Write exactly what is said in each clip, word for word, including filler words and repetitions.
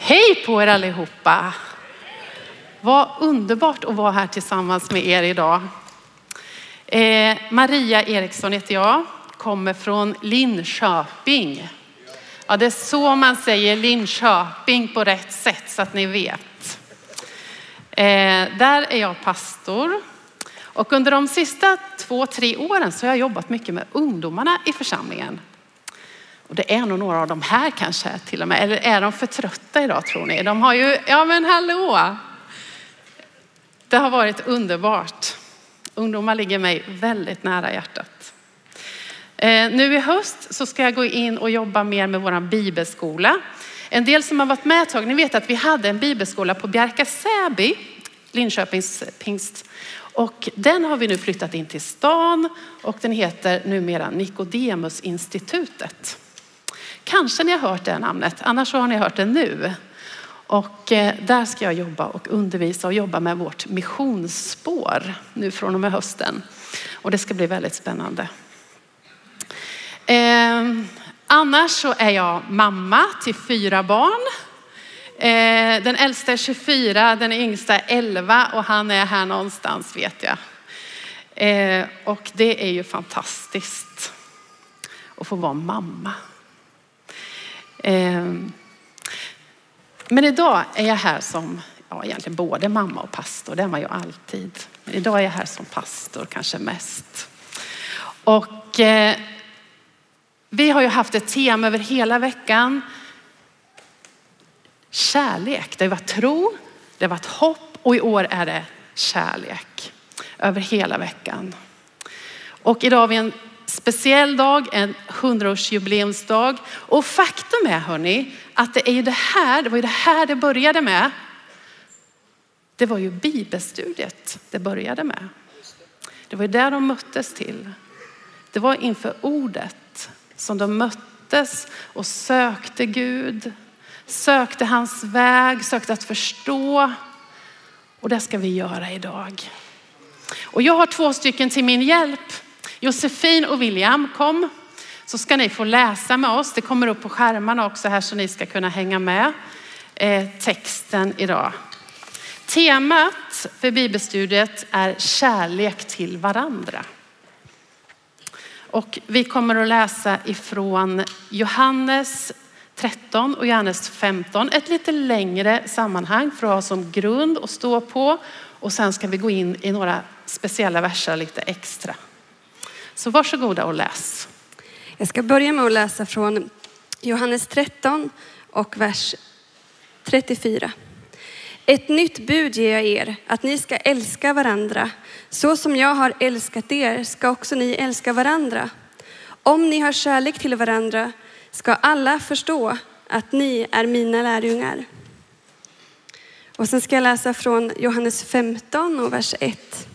Hej på er allihopa! Vad underbart att vara här tillsammans med er idag. Eh, Maria Eriksson heter jag, kommer från Linköping. Ja, det är så man säger Linköping på rätt sätt så att ni vet. Eh, där är jag pastor. Och under de sista två, tre åren så har jag jobbat mycket med ungdomarna i församlingen. Och det är nog några av de här kanske till och med. Eller är de för trötta idag tror ni? De har ju, ja men hallå! Det har varit underbart. Ungdomar ligger mig väldigt nära hjärtat. Eh, nu i höst så ska jag gå in och jobba mer med våran bibelskola. En del som har varit med ett tag, ni vet att vi hade en bibelskola på Bjärka Säby, Linköpings pingst. Och den har vi nu flyttat in till stan och den heter numera Nikodemusinstitutet. Kanske ni har hört det namnet, annars har ni hört det nu. Och där ska jag jobba och undervisa och jobba med vårt missionsspår nu från och med hösten. Och det ska bli väldigt spännande. Eh, annars så är jag mamma till fyra barn. Eh, den äldsta är tjugofyra, den yngsta är elva och han är här någonstans vet jag. Eh, och det är ju fantastiskt att få vara mamma. Eh, men idag är jag här som, ja egentligen både mamma och pastor, det är man ju alltid. Men idag är jag här som pastor kanske mest. Och eh, vi har ju haft ett tema över hela veckan. Kärlek, det har varit tro, det har varit hopp och i år är det kärlek över hela veckan. Och idag har vi en speciell dag, en hundraårsjubileumsdag. Och faktum är hörni, att det är ju det här, det var ju det här det började med. Det var ju bibelstudiet det började med. Det var ju där de möttes till. Det var inför ordet som de möttes och sökte Gud. Sökte hans väg, sökte att förstå. Och det ska vi göra idag. Och jag har två stycken till min hjälp. Josefin och William, kom. Så ska ni få läsa med oss. Det kommer upp på skärmarna också här så ni ska kunna hänga med eh, texten idag. Temat för bibelstudiet är kärlek till varandra. Och vi kommer att läsa ifrån Johannes tretton och Johannes femton. Ett lite längre sammanhang för att ha som grund att stå på. Och sen ska vi gå in i några speciella verser lite extra. Så varsågoda och läs. Jag ska börja med att läsa från Johannes tretton och vers trettiofyra. Ett nytt bud ger jag er, att ni ska älska varandra. Så som jag har älskat er ska också ni älska varandra. Om ni har kärlek till varandra ska alla förstå att ni är mina lärjungar. Och sen ska jag läsa från Johannes femton och vers ett.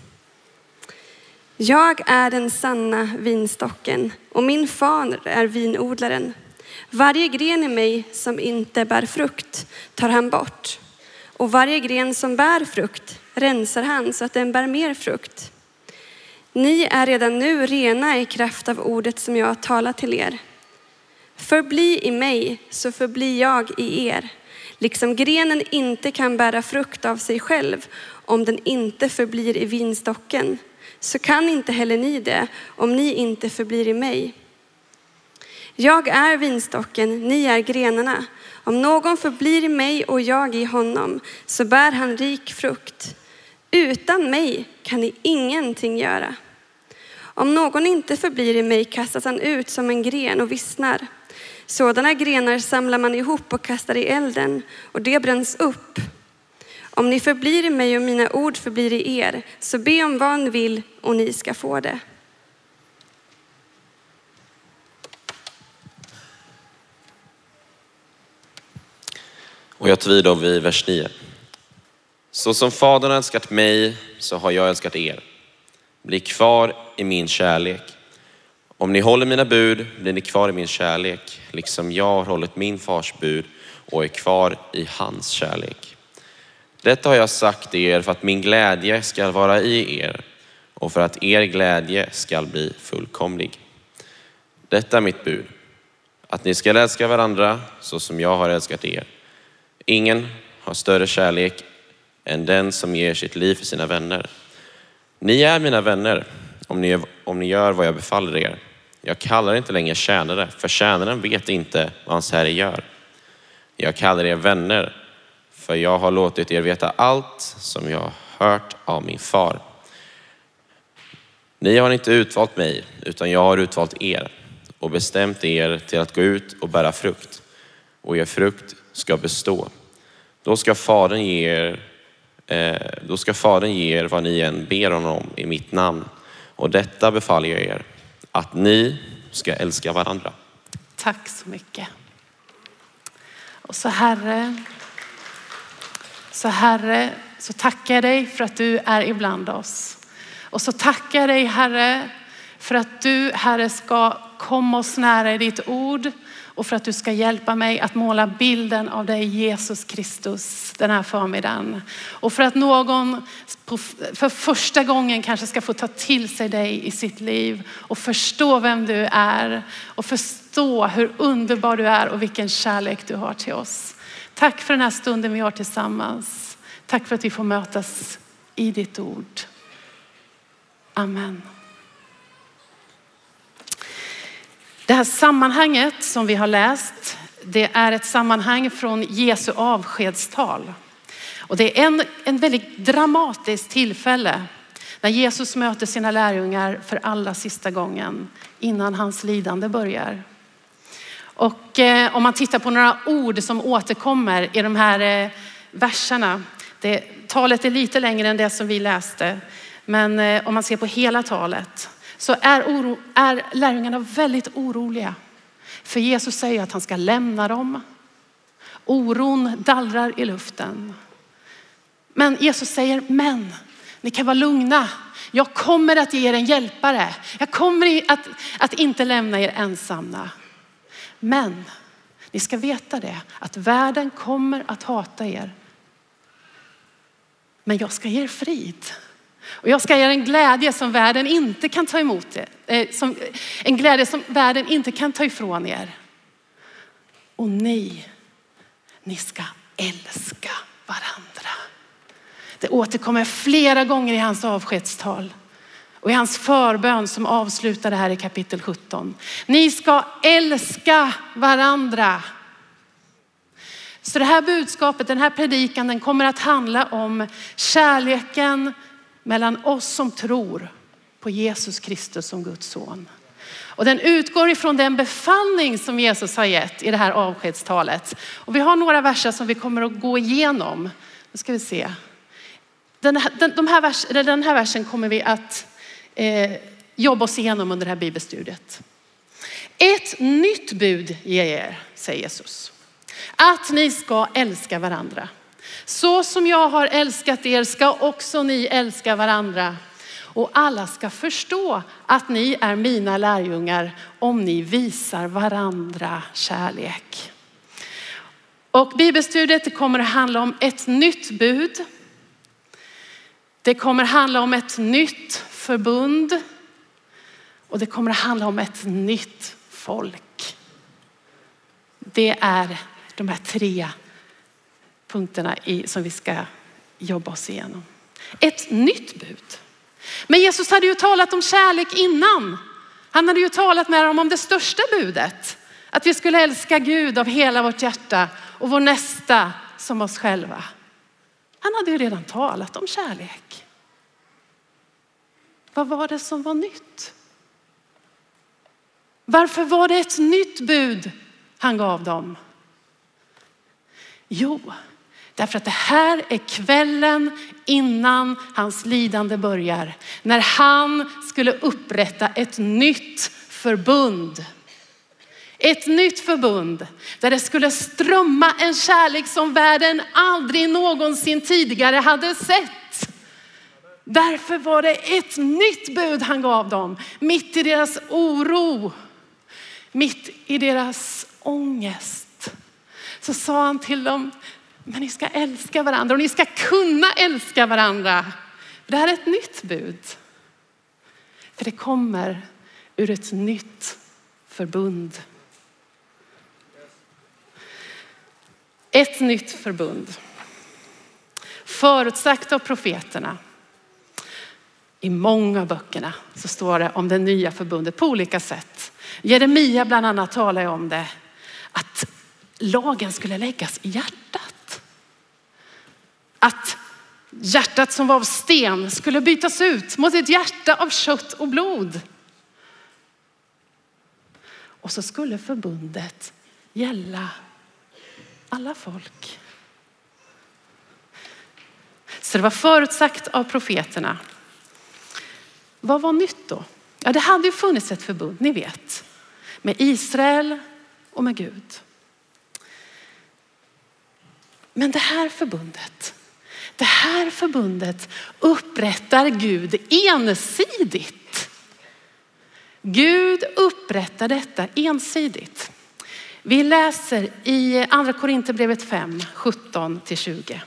Jag är den sanna vinstocken och min far är vinodlaren. Varje gren i mig som inte bär frukt tar han bort. Och varje gren som bär frukt rensar han så att den bär mer frukt. Ni är redan nu rena i kraft av ordet som jag har talat till er. Förbli i mig så förblir jag i er. Liksom grenen inte kan bära frukt av sig själv om den inte förblir i vinstocken. Så kan inte heller ni det om ni inte förblir i mig. Jag är vinstocken, ni är grenarna. Om någon förblir i mig och jag i honom så bär han rik frukt. Utan mig kan ni ingenting göra. Om någon inte förblir i mig kastas han ut som en gren och vissnar. Sådana grenar samlar man ihop och kastar i elden och det bränns upp. Om ni förblir i mig och mina ord förblir i er så be om vad ni vill och ni ska få det. Och jag tar vidare vid vers nio. Så som Fadern älskat mig så har jag älskat er. Bli kvar i min kärlek. Om ni håller mina bud blir ni kvar i min kärlek. Liksom jag har hållit min fars bud och är kvar i hans kärlek. Detta har jag sagt er för att min glädje ska vara i er. Och för att er glädje ska bli fullkomlig. Detta är mitt bud. Att ni ska älska varandra så som jag har älskat er. ingen har större kärlek än den som ger sitt liv för sina vänner. Ni är mina vänner om ni, om ni gör vad jag befaller er. Jag kallar inte längre tjänare, för tjänaren vet inte vad hans herre gör. Jag kallar er vänner, för jag har låtit er veta allt som jag har hört av min far. Ni har inte utvalt mig, utan jag har utvalt er och bestämt er till att gå ut och bära frukt. Och er frukt ska bestå. Då ska Fadern ge er, eh, då ska Fadern ge er vad ni än ber honom i mitt namn. Och detta befaller jag er, att ni ska älska varandra. Tack så mycket. Och så Herre, så Herre, så tackar jag dig för att du är ibland oss. Och så tackar jag dig, Herre, för att du, Herre, ska komma oss nära i ditt ord. Och för att du ska hjälpa mig att måla bilden av dig, Jesus Kristus, den här förmiddagen. Och för att någon för första gången kanske ska få ta till sig dig i sitt liv. Och förstå vem du är. Och förstå hur underbar du är och vilken kärlek du har till oss. Tack för den här stunden vi har tillsammans. Tack för att vi får mötas i ditt ord. Amen. Det här sammanhanget som vi har läst, det är ett sammanhang från Jesu avskedstal. Och det är en, en väldigt dramatisk tillfälle när Jesus möter sina lärjungar för allra sista gången innan hans lidande börjar. Och eh, om man tittar på några ord som återkommer i de här eh, verserna. Det, talet är lite längre än det som vi läste. Men eh, om man ser på hela talet så är, oro, är lärjungarna väldigt oroliga. För Jesus säger att han ska lämna dem. Oron dallrar i luften. Men Jesus säger, men ni kan vara lugna. Jag kommer att ge er en hjälpare. Jag kommer att, att inte lämna er ensamma. Men ni ska veta det, att världen kommer att hata er. Men jag ska ge er frid. Och jag ska ge er en glädje som världen inte kan ta emot er. Som, en glädje som världen inte kan ta ifrån er. Och ni, ni ska älska varandra. Det återkommer flera gånger i hans avskedstal. Och i hans förbön som avslutar det här i kapitel sjutton. Ni ska älska varandra. Så det här budskapet, den här predikan, den kommer att handla om kärleken mellan oss som tror på Jesus Kristus som Guds son. Och den utgår ifrån den befallning som Jesus har gett i det här avskedstalet. Och vi har några verser som vi kommer att gå igenom. Nu ska vi se. Den här, den, de här vers, den här versen kommer vi att eh, jobba oss igenom under det här bibelstudiet. Ett nytt bud ger er, säger Jesus. Att ni ska älska varandra. Så som jag har älskat er ska också ni älska varandra. Och alla ska förstå att ni är mina lärjungar om ni visar varandra kärlek. Och bibelstudiet kommer att handla om ett nytt bud. Det kommer att handla om ett nytt förbund. Och det kommer att handla om ett nytt folk. Det är de här tre punkterna i, som vi ska jobba oss igenom. Ett nytt bud. Men Jesus hade ju talat om kärlek innan. Han hade ju talat med dem om det största budet. Att vi skulle älska Gud av hela vårt hjärta och vår nästa som oss själva. Han hade ju redan talat om kärlek. Vad var det som var nytt? Varför var det ett nytt bud han gav dem? Jo, därför att det här är kvällen innan hans lidande börjar. När han skulle upprätta ett nytt förbund. Ett nytt förbund där det skulle strömma en kärlek som världen aldrig någonsin tidigare hade sett. Därför var det ett nytt bud han gav dem. Mitt i deras oro. Mitt i deras ångest. Så sa han till dem, men ni ska älska varandra och ni ska kunna älska varandra. Det här är ett nytt bud. För det kommer ur ett nytt förbund. Ett nytt förbund. Förutsagt av profeterna. I många böckerna så står det om det nya förbundet på olika sätt. Jeremia bland annat talar om det. Att lagen skulle läggas i hjärtat. Att hjärtat som var av sten skulle bytas ut mot ett hjärta av kött och blod. Och så skulle förbundet gälla alla folk. Så det var förutsagt av profeterna. Vad var nytt då? Ja, det hade ju funnits ett förbund, ni vet. Med Israel och med Gud. Men det här förbundet, det här förbundet upprättar Gud ensidigt. Gud upprättar detta ensidigt. Vi läser i andra Korinthierbrevet fem, sjutton till tjugo.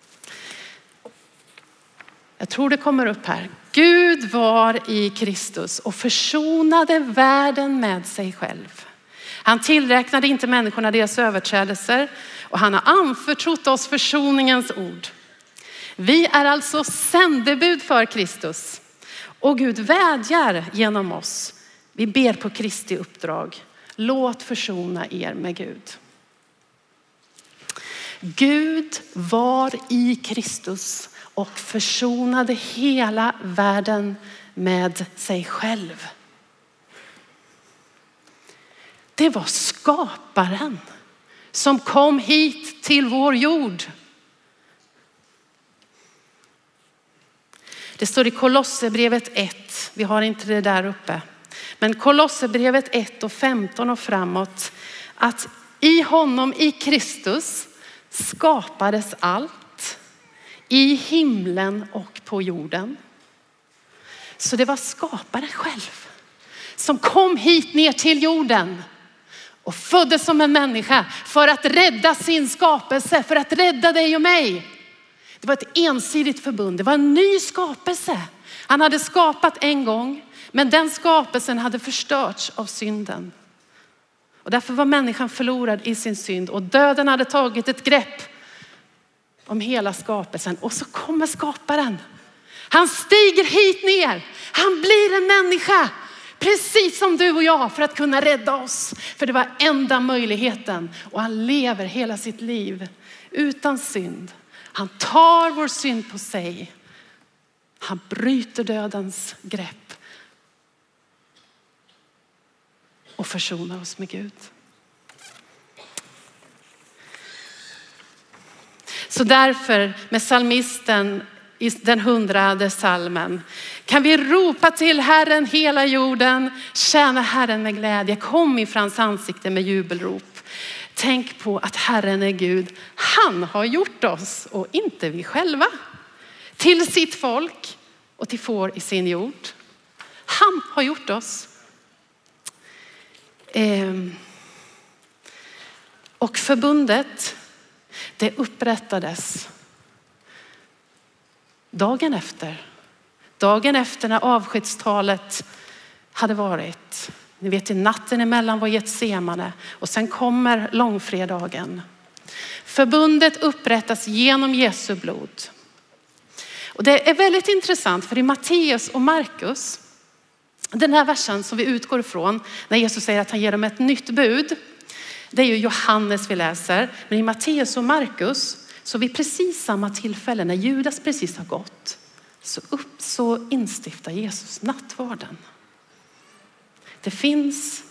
Jag tror det kommer upp här. Gud var i Kristus och försonade världen med sig själv. Han tillräknade inte människorna deras överträdelser och han har anförtrott oss försoningens ord. Vi är alltså sändebud för Kristus och Gud vädjar genom oss. Vi ber på Kristi uppdrag. Låt försona er med Gud. Gud var i Kristus och försonade hela världen med sig själv. Det var skaparen som kom hit till vår jord. Det står i Kolosserbrevet ett, vi har inte det där uppe. Men Kolosserbrevet ett och femton och framåt. Att i honom, i Kristus, skapades allt. I himlen och på jorden. Så det var skaparen själv. Som kom hit ner till jorden. Och föddes som en människa. För att rädda sin skapelse. För att rädda dig och mig. Det var ett ensidigt förbund. Det var en ny skapelse. Han hade skapat en gång. Men den skapelsen hade förstörts av synden. Och därför var människan förlorad i sin synd. Och döden hade tagit ett grepp om hela skapelsen. Och så kommer skaparen. Han stiger hit ner. Han blir en människa. Precis som du och jag, för att kunna rädda oss. För det var enda möjligheten. Och han lever hela sitt liv utan synd. Han tar vår synd på sig. Han bryter dödens grepp. Och försonar oss med Gud. Så därför med psalmisten i den hundrade salmen kan vi ropa till Herren hela jorden. Tjäna Herren med glädje. Kom i hans ansikte med jubelrop. Tänk på att Herren är Gud. Han har gjort oss och inte vi själva. Till sitt folk och till får i sin jord. Han har gjort oss. Ehm. Och förbundet, det upprättades dagen efter. Dagen efter när avskedstalet hade varit. Ni vet, i natten emellan var Getsemane. Och sen kommer långfredagen. Förbundet upprättas genom Jesu blod. Och det är väldigt intressant, för i Matteus och Markus, den här versen som vi utgår ifrån när Jesus säger att han ger dem ett nytt bud. Det är ju Johannes vi läser. Men i Matteus och Markus, så vid precis samma tillfälle när Judas precis har gått, så, upp, så instiftar Jesus nattvarden. Det finns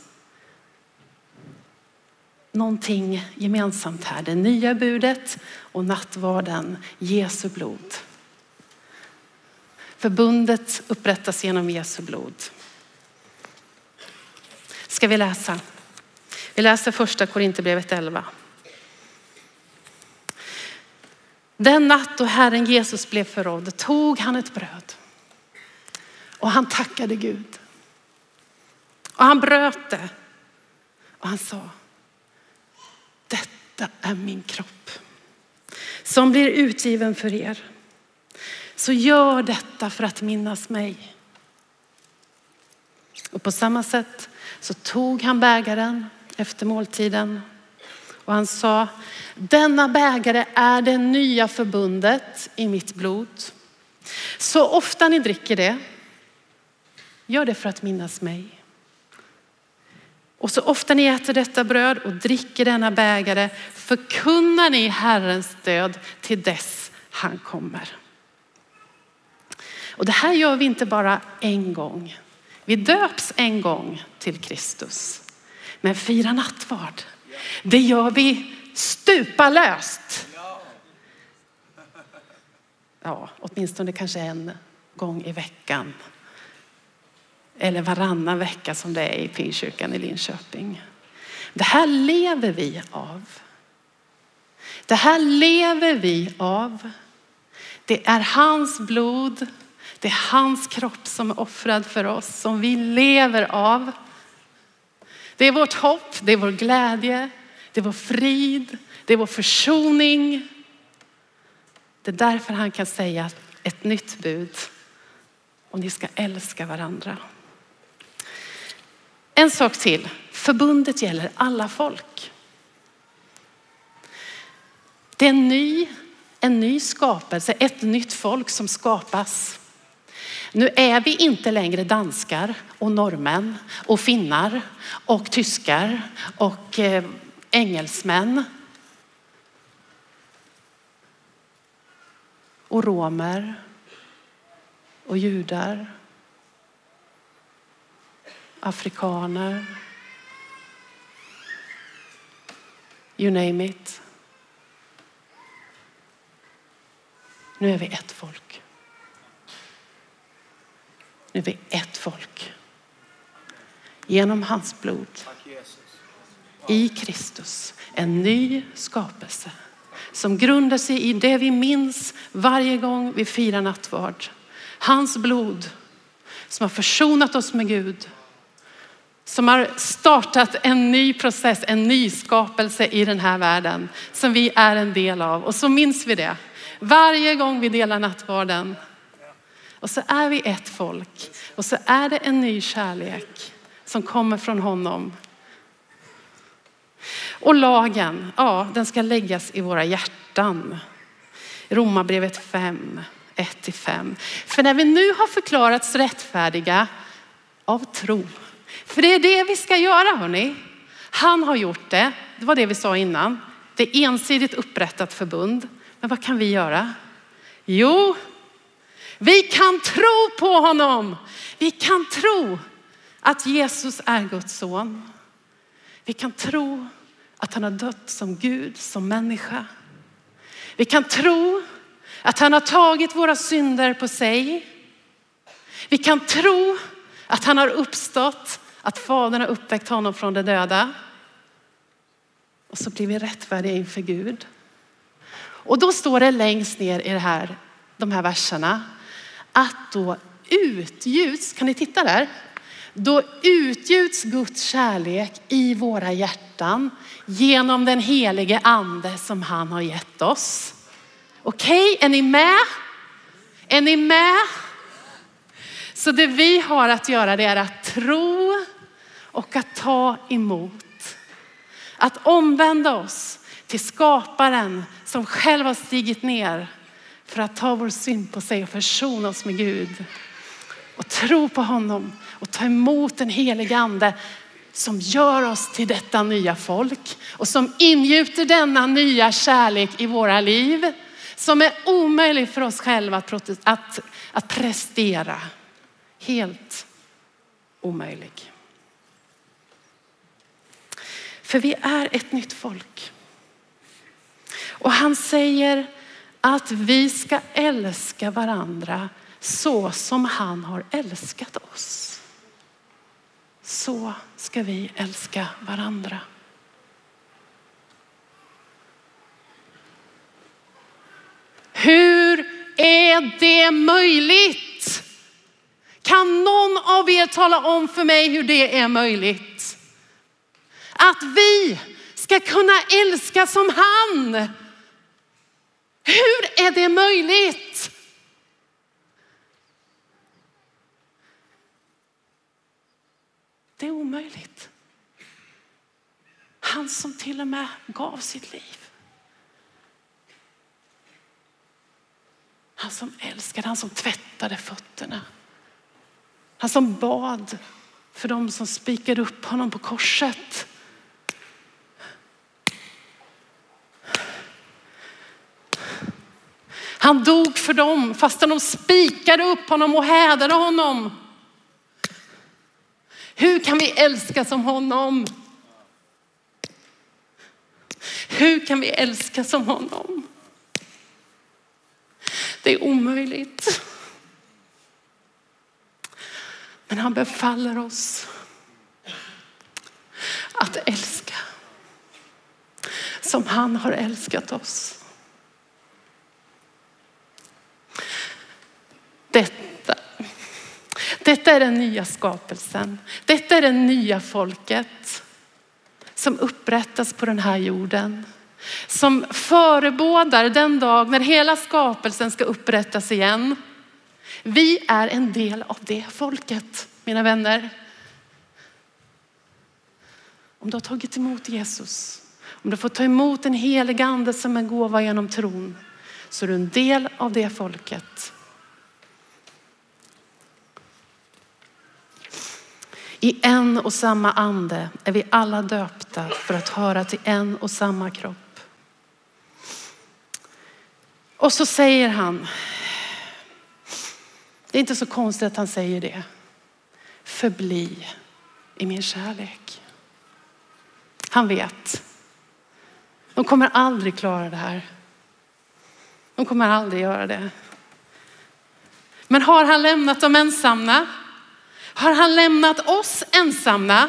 någonting gemensamt här. Det nya budet och nattvarden, Jesu blod. Förbundet upprättas genom Jesu blod. Ska vi läsa? Vi läser första Korinthierbrevet elva. Den natt då Herren Jesus blev förrådd tog han ett bröd. Och han tackade Gud. Och han bröt det. Och han sa: detta är min kropp som blir utgiven för er. Så gör detta för att minnas mig. Och på samma sätt så tog han bägaren efter måltiden Och han sa, denna bägare är det nya förbundet i mitt blod. Så ofta ni dricker det, gör det för att minnas mig. Och så ofta ni äter detta bröd och dricker denna bägare, förkunnar ni Herrens död till dess han kommer. Och det här gör vi inte bara en gång. Vi döps en gång till Kristus. Men fira nattvard, det gör vi stupalöst. Ja, åtminstone kanske en gång i veckan. Eller varannan vecka som det är i Pingstkyrkan i Linköping. Det här lever vi av. Det här lever vi av. Det är hans blod. Det är hans kropp som är offrad för oss. Som vi lever av. Det är vårt hopp. Det är vår glädje. Det är vår frid. Det är vår försoning. Det är därför han kan säga ett nytt bud. Och ni ska älska varandra. En sak till. Förbundet gäller alla folk. Det är en ny, en ny skapelse. Ett nytt folk som skapas. Nu är vi inte längre danskar och norrmän och finnar och tyskar och eh, engelsmän. Och romer och judar. Afrikaner. You name it. Nu är vi ett folk. Nu är vi ett folk. Genom hans blod. I Kristus. En ny skapelse. Som grundar sig i det vi minns varje gång vi firar nattvard. Hans blod som har försonat oss med Gud. Som har startat en ny process, en ny skapelse i den här världen. Som vi är en del av. Och så minns vi det. Varje gång vi delar nattvarden. Och så är vi ett folk. Och så är det en ny kärlek som kommer från honom. Och lagen, ja, den ska läggas i våra hjärtan. Romarbrevet fem, ett till fem. För när vi nu har förklarats rättfärdiga av tro. För det är det vi ska göra, hörni. Han har gjort det. Det var det vi sa innan. Det är ensidigt upprättat förbund. Men vad kan vi göra? Jo, vi kan tro på honom. Vi kan tro att Jesus är Guds son. Vi kan tro att han har dött som Gud, som människa. Vi kan tro att han har tagit våra synder på sig. Vi kan tro att han har uppstått, att Fadern har uppväckt honom från de döda. Och så blir vi rättfärdiga inför Gud. Och då står det längst ner i det här, de här verserna att då utgjuts, kan ni titta där? Då utgjuts Guds kärlek i våra hjärtan genom den helige ande som han har gett oss. Okej, är ni med? Är ni med? Så det vi har att göra, det är att tro och att ta emot. Att omvända oss till skaparen som själv har stigit ner för att ta vår synd på sig och försona oss med Gud. Och tro på honom och ta emot den helige ande som gör oss till detta nya folk. Och som ingjuter denna nya kärlek i våra liv. Som är omöjlig för oss själva att, att, att prestera. Helt omöjlig. För vi är ett nytt folk. Och han säger att vi ska älska varandra så som han har älskat oss. Så ska vi älska varandra. Hur är det möjligt? Kan någon av er tala om för mig hur det är möjligt? Att vi ska kunna älska som han. Hur är det möjligt? Det är omöjligt. Han som till och med gav sitt liv. Han som älskade, han som tvättade fötterna. Han som bad för dem som spikade upp honom på korset. Han dog för dem fastän de spikade upp honom och hädade honom. Hur kan vi älska som honom? Hur kan vi älska som honom? Det är omöjligt. Men han befaller oss att älska som han har älskat oss. Detta, detta är den nya skapelsen. Detta är det nya folket som upprättas på den här jorden. Som förebådar den dag när hela skapelsen ska upprättas igen. Vi är en del av det folket, mina vänner. Om du har tagit emot Jesus, om du får ta emot en helig ande som en gåva genom tron, så är du en del av det folket. I en och samma ande är vi alla döpta för att höra till en och samma kropp. Och så säger han, det är inte så konstigt att han säger det. Förbli i min kärlek. Han vet. De kommer aldrig klara det här. De kommer aldrig göra det. Men har han lämnat dem ensamma? Har han lämnat oss ensamma?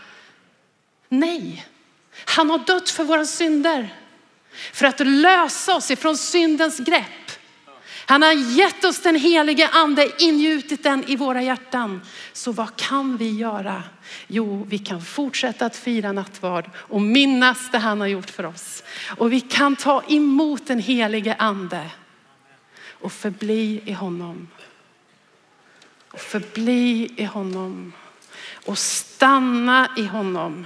Nej. Han har dött för våra synder. För att lösa oss ifrån syndens grepp. Han har gett oss den helige ande, ingjutit den i våra hjärtan. Så vad kan vi göra? Jo, vi kan fortsätta att fira nattvard och minnas det han har gjort för oss. Och vi kan ta emot den helige ande och förbli i honom. Och förbli i honom och stanna i honom.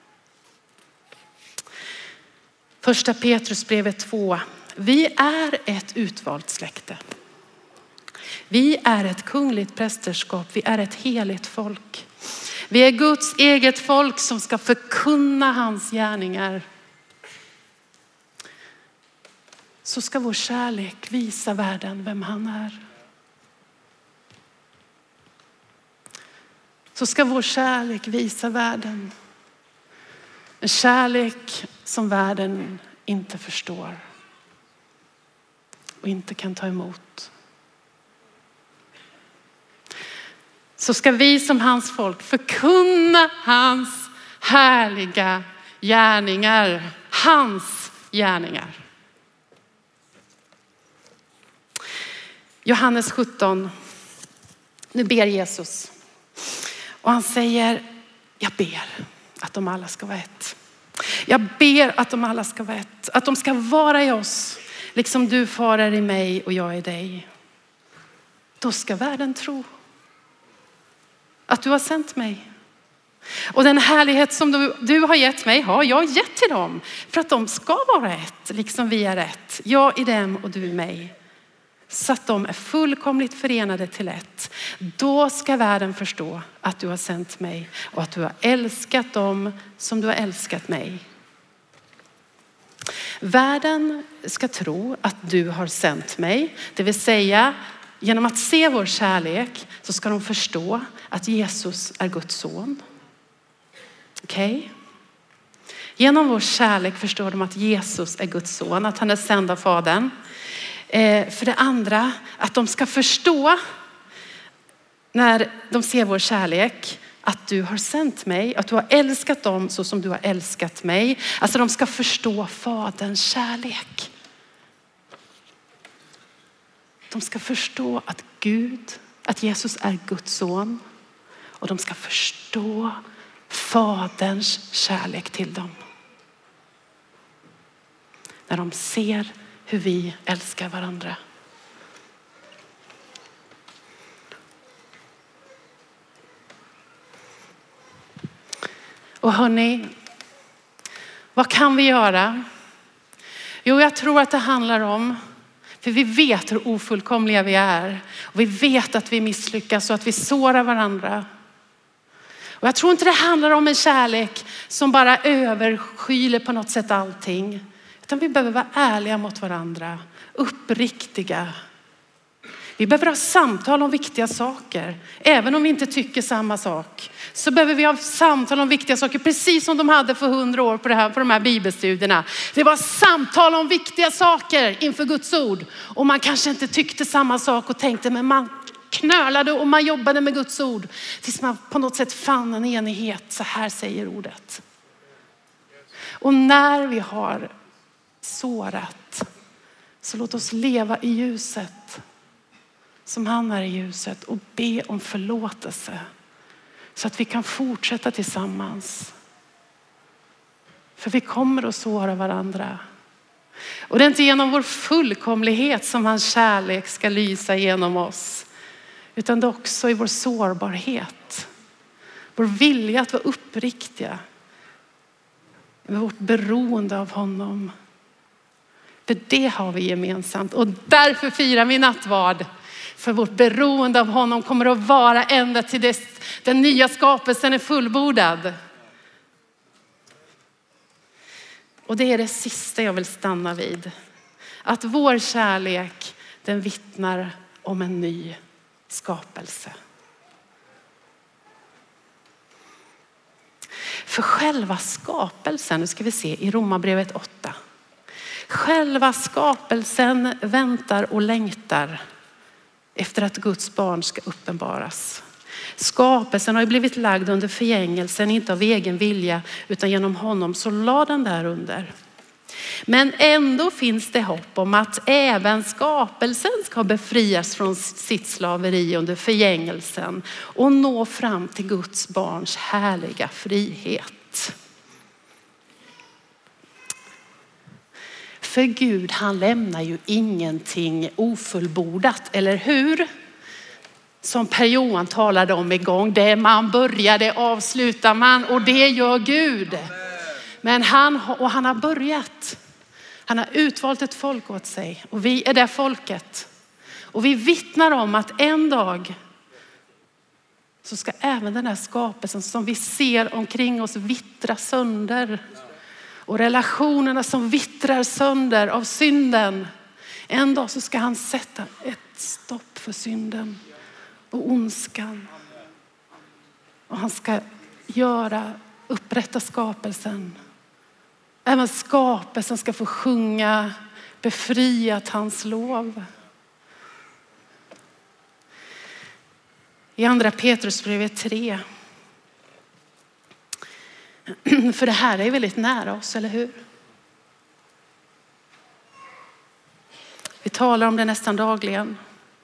Första Petrusbrevet två. Vi är ett utvalt släkte. Vi är ett kungligt prästerskap. Vi är ett heligt folk. Vi är Guds eget folk som ska förkunna hans gärningar. Så ska vår kärlek visa världen vem han är. Så ska vår kärlek visa världen. En kärlek som världen inte förstår. Och inte kan ta emot. Så ska vi som hans folk förkunna hans härliga gärningar. Hans gärningar. Johannes sjutton. Nu ber Jesus. Och han säger, jag ber att de alla ska vara ett. Jag ber att de alla ska vara ett. Att de ska vara i oss. Liksom du, far, är i mig och jag i dig. Då ska världen tro att du har sänt mig. Och den härlighet som du, du har gett mig har jag gett till dem. För att de ska vara ett, liksom vi är ett. Jag i dem och du i mig. Så att de är fullkomligt förenade till ett. Då ska världen förstå att du har sänt mig. Och att du har älskat dem som du har älskat mig. Världen ska tro att du har sänt mig. Det vill säga, genom att se vår kärlek så ska de förstå att Jesus är Guds son. Okej? Okay? Genom vår kärlek förstår de att Jesus är Guds son. Att han är sänd av Fadern. Eh, för det andra, att de ska förstå när de ser vår kärlek att du har sänt mig, att du har älskat dem så som du har älskat mig. Alltså de ska förstå Faderns kärlek. De ska förstå att Gud, att Jesus är Guds son. Och de ska förstå Faderns kärlek till dem. När de ser hur vi älskar varandra. Och hörni, Vad kan vi göra? Jo, jag tror att det handlar om, för vi vet hur ofullkomliga vi är. Och vi vet att vi misslyckas och att vi sårar varandra. Och jag tror inte det handlar om en kärlek som bara överskyler på något sätt allting. Utan vi behöver vara ärliga mot varandra. Uppriktiga. Vi behöver ha samtal om viktiga saker. Även om vi inte tycker samma sak. Så behöver vi ha samtal om viktiga saker. Precis som de hade för hundra år på, det här, på de här bibelstudierna. Det var samtal om viktiga saker inför Guds ord. Och man kanske inte tyckte samma sak och tänkte, men man knölade och man jobbade med Guds ord. Tills man på något sätt fann en enighet. Så här säger ordet. Och när vi har sårat, så låt oss leva i ljuset. Som han är i ljuset, och be om förlåtelse. Så att vi kan fortsätta tillsammans. För vi kommer att såra varandra. Och det är inte genom vår fullkomlighet som hans kärlek ska lysa genom oss. Utan det är också i vår sårbarhet. Vår vilja att vara uppriktiga. Med vårt beroende av honom. För det har vi gemensamt. Och därför firar vi nattvard. För vårt beroende av honom kommer att vara ända till dess den nya skapelsen är fullbordad. Och det är det sista jag vill stanna vid. Att vår kärlek, den vittnar om en ny skapelse. För själva skapelsen, nu ska vi se i Romarbrevet åtta. Själva skapelsen väntar och längtar efter att Guds barn ska uppenbaras. Skapelsen har ju blivit lagd under förgängelsen, inte av egen vilja utan genom honom, så la den där under. Men ändå finns det hopp om att även skapelsen ska befrias från sitt slaveri under förgängelsen och nå fram till Guds barns härliga frihet. För Gud, han lämnar ju ingenting ofullbordat, eller hur? Som Per Johan talade om igång. Det man börjar, det avslutar man, och det gör Gud. Men han, och han har börjat. Han har utvalt ett folk åt sig, och vi är det folket. Och vi vittnar om att en dag så ska även den här skapelsen som vi ser omkring oss vittra sönder. Och relationerna som vittrar sönder av synden. En dag så ska han sätta ett stopp för synden och ondskan. Och han ska göra, upprätta skapelsen. Även skapelsen ska få sjunga befriat hans lov. I andra Petrusbrevet tre. För det här är väldigt nära oss, eller hur? Vi talar om det nästan dagligen.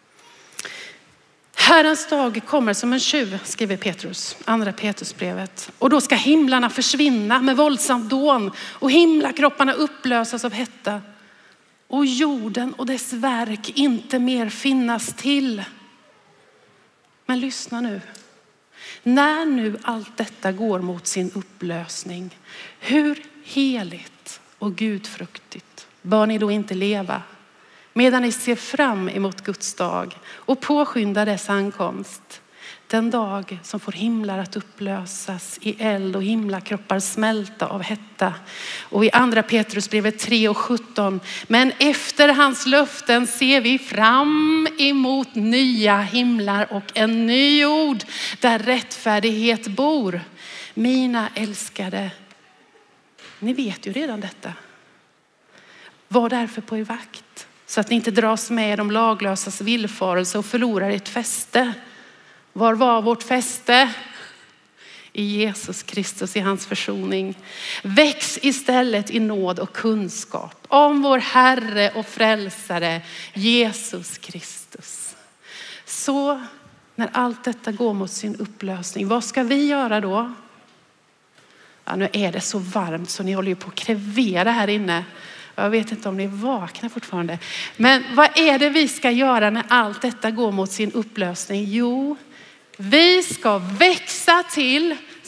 Herrens dag kommer som en tjuv, skriver Petrus, andra Petrusbrevet. Och då ska himlarna försvinna med våldsamt dån och himlakropparna upplösas av hetta. Och jorden och dess verk inte mer finnas till. Men lyssna nu. När nu allt detta går mot sin upplösning, hur heligt och gudfruktigt bör ni då inte leva medan ni ser fram emot Guds dag och påskyndar dess ankomst. Den dag som får himlar att upplösas i eld och himlakroppar smälta av hetta. Och i andra Petrusbrevet tre och sjutton. Men efter hans löften ser vi fram emot nya himlar och en ny jord där rättfärdighet bor. Mina älskade, ni vet ju redan detta. Var därför på er vakt så att ni inte dras med de laglösas villfarelse och förlorar ert fäste. Var var vårt fäste? I Jesus Kristus, i hans försoning. Väx istället i nåd och kunskap om vår Herre och frälsare Jesus Kristus. Så när allt detta går mot sin upplösning, vad ska vi göra då? Ja, nu är det så varmt så ni håller ju på att krevera här inne. Jag vet inte om ni är vakna fortfarande. Men vad är det vi ska göra när allt detta går mot sin upplösning? Jo, vi ska växa till,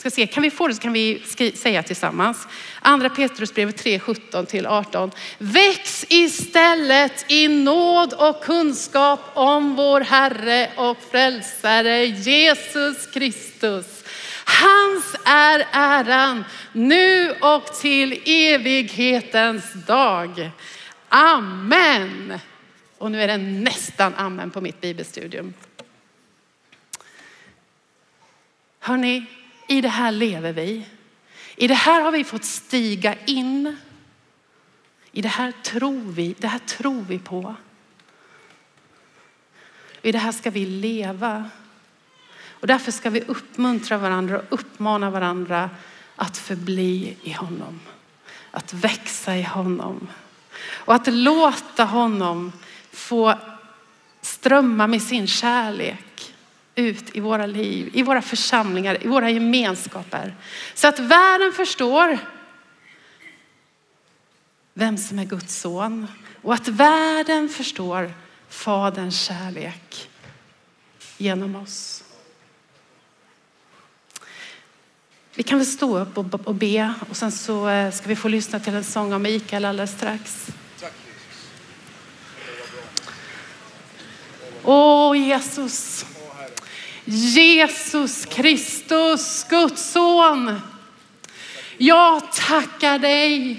ska se, kan vi få det så kan vi skri- säga tillsammans. Andra Petrusbrevet tre, sjutton till arton. Väx istället i nåd och kunskap om vår Herre och frälsare Jesus Kristus. Hans är äran nu och till evighetens dag. Amen. Och nu är det nästan amen på mitt bibelstudium. Hörrni, i det här lever vi. I det här har vi fått stiga in. I det här tror vi, det här tror vi på. I det här ska vi leva. Och därför ska vi uppmuntra varandra och uppmana varandra att förbli i honom. Att växa i honom. Och att låta honom få strömma med sin kärlek ut i våra liv, i våra församlingar, i våra gemenskaper. Så att världen förstår vem som är Guds son. Och att världen förstår Faderns kärlek genom oss. Vi kan väl stå upp och be och sen så ska vi få lyssna till en sång av Mikael alldeles strax. Åh Jesus. Jesus Kristus, Guds son. Jag tackar dig.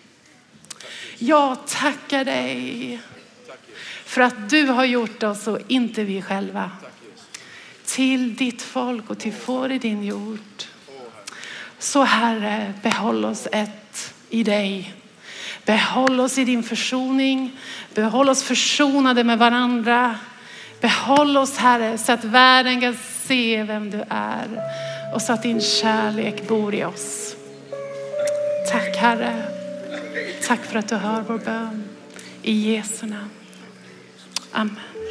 Jag tackar dig. För att du har gjort oss och inte vi själva. Till ditt folk och till får i din jord. Så Herre, behåll oss ett i dig. Behåll oss i din försoning. Behåll oss försonade med varandra. Behåll oss Herre så att världen kan se vem du är. Och så att din kärlek bor i oss. Tack Herre. Tack för att du hör vår bön. I Jesu namn. Amen.